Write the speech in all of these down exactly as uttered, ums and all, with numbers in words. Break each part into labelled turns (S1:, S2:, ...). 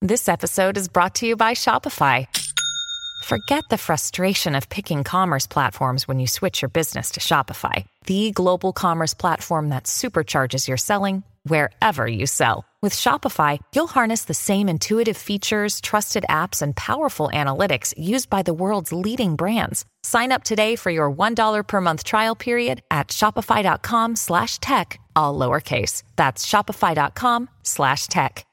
S1: This episode is brought to you by Shopify. Forget the frustration of picking commerce platforms when you switch your business to Shopify, the global commerce platform that supercharges your selling wherever you sell. With Shopify, you'll harness the same intuitive features, trusted apps, and powerful analytics used by the world's leading brands. Sign up today for your one dollar per month trial period at shopify.com slash tech, all lowercase. That's shopify.com slash tech.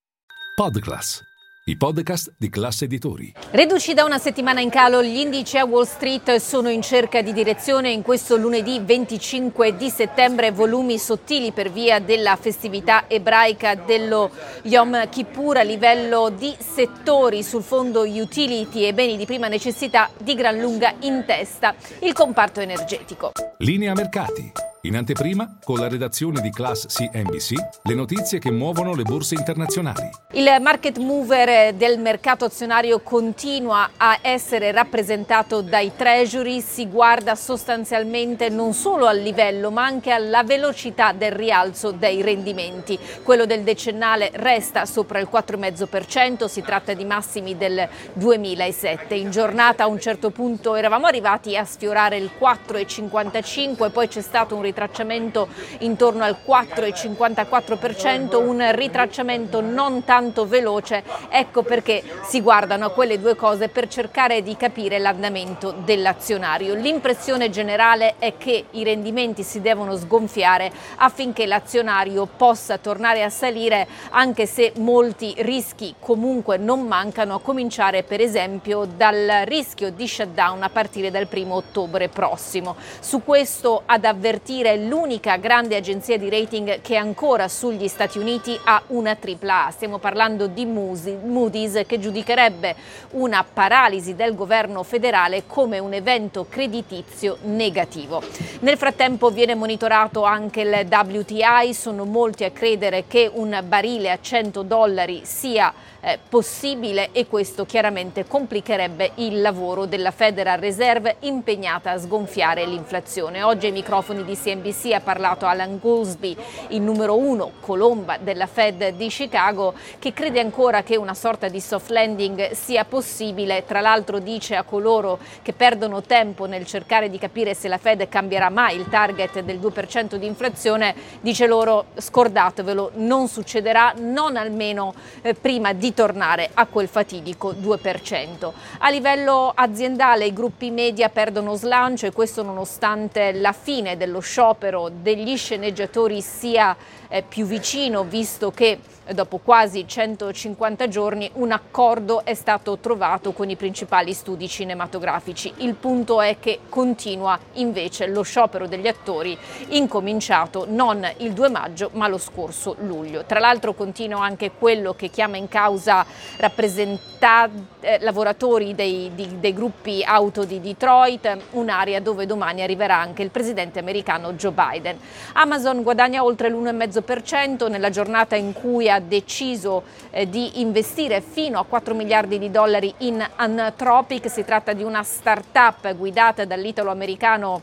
S2: Podclass, i podcast di Classe Editori.
S3: Reduci da una settimana in calo, gli indici a Wall Street sono in cerca di direzione in questo lunedì venticinque di settembre, volumi sottili per via della festività ebraica dello Yom Kippur. A livello di settori, sul fondo utility e beni di prima necessità, di gran lunga in testa il comparto energetico.
S2: Linea mercati. In anteprima, con la redazione di Class C N B C, le notizie che muovono le borse internazionali.
S3: Il market mover del mercato azionario continua a essere rappresentato dai treasury, si guarda sostanzialmente non solo al livello ma anche alla velocità del rialzo dei rendimenti. Quello del decennale resta sopra il quattro virgola cinque per cento, si tratta di massimi del duemilasette. In giornata a un certo punto eravamo arrivati a sfiorare il quattro virgola cinquantacinque, poi c'è stato un ritracciamento intorno al quattro virgola cinquantaquattro per cento, un ritracciamento non tanto veloce, ecco perché si guardano a quelle due cose per cercare di capire l'andamento dell'azionario. L'impressione generale è che i rendimenti si devono sgonfiare affinché l'azionario possa tornare a salire, anche se molti rischi comunque non mancano, a cominciare per esempio dal rischio di shutdown a partire dal primo ottobre prossimo. Su questo ad avvertire l'unica grande agenzia di rating che ancora sugli Stati Uniti ha una tripla A. Stiamo parlando di Moody's, che giudicherebbe una paralisi del governo federale come un evento creditizio negativo. Nel frattempo viene monitorato anche il W T I, sono molti a credere che un barile a cento dollari sia eh, possibile e questo chiaramente complicherebbe il lavoro della Federal Reserve impegnata a sgonfiare l'inflazione. Oggi ai microfoni di C N B C ha parlato Alan Goolsbee, il numero uno colomba della Fed di Chicago, che crede ancora che una sorta di soft landing sia possibile. Tra l'altro dice a coloro che perdono tempo nel cercare di capire se la Fed cambierà mai il target del due per cento di inflazione, dice loro scordatevelo, non succederà, non almeno eh, prima di tornare a quel fatidico due per cento. A livello aziendale i gruppi media perdono slancio e questo nonostante la fine dello sciopero degli sceneggiatori sia eh, più vicino, visto che dopo quasi centocinquanta giorni un accordo è stato trovato con i principali studi cinematografici. Il punto è che continua invece lo sciopero degli attori, incominciato non il due maggio ma lo scorso luglio. Tra l'altro continua anche quello che chiama in causa rappresentanti eh, lavoratori dei, di, dei gruppi auto di Detroit, un'area dove domani arriverà anche il presidente americano Joe Biden. Amazon guadagna oltre l'uno virgola cinque per cento nella giornata in cui ha deciso eh, di investire fino a quattro miliardi di dollari in Anthropic. Si tratta di una start-up guidata dall'italo-americano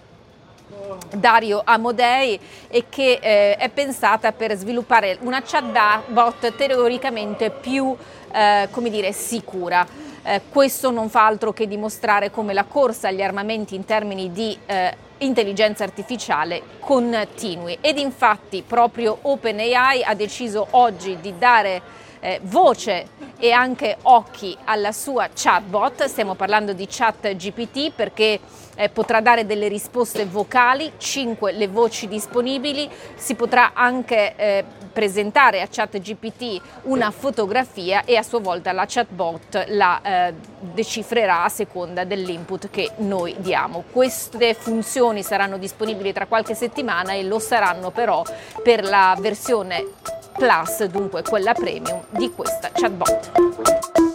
S3: Dario Amodei e che eh, è pensata per sviluppare una chatbot teoricamente più eh, come dire, sicura. Eh, questo non fa altro che dimostrare come la corsa agli armamenti in termini di eh, intelligenza artificiale continui. Ed infatti proprio OpenAI ha deciso oggi di dare eh, voce e anche occhi alla sua chatbot. Stiamo parlando di ChatGPT perché eh, potrà dare delle risposte vocali, cinque le voci disponibili, si potrà anche eh, presentare a ChatGPT una fotografia e a sua volta la chatbot la eh, decifrerà a seconda dell'input che noi diamo. Queste funzioni saranno disponibili tra qualche settimana e lo saranno però per la versione Plus, dunque quella premium di questa chatbot.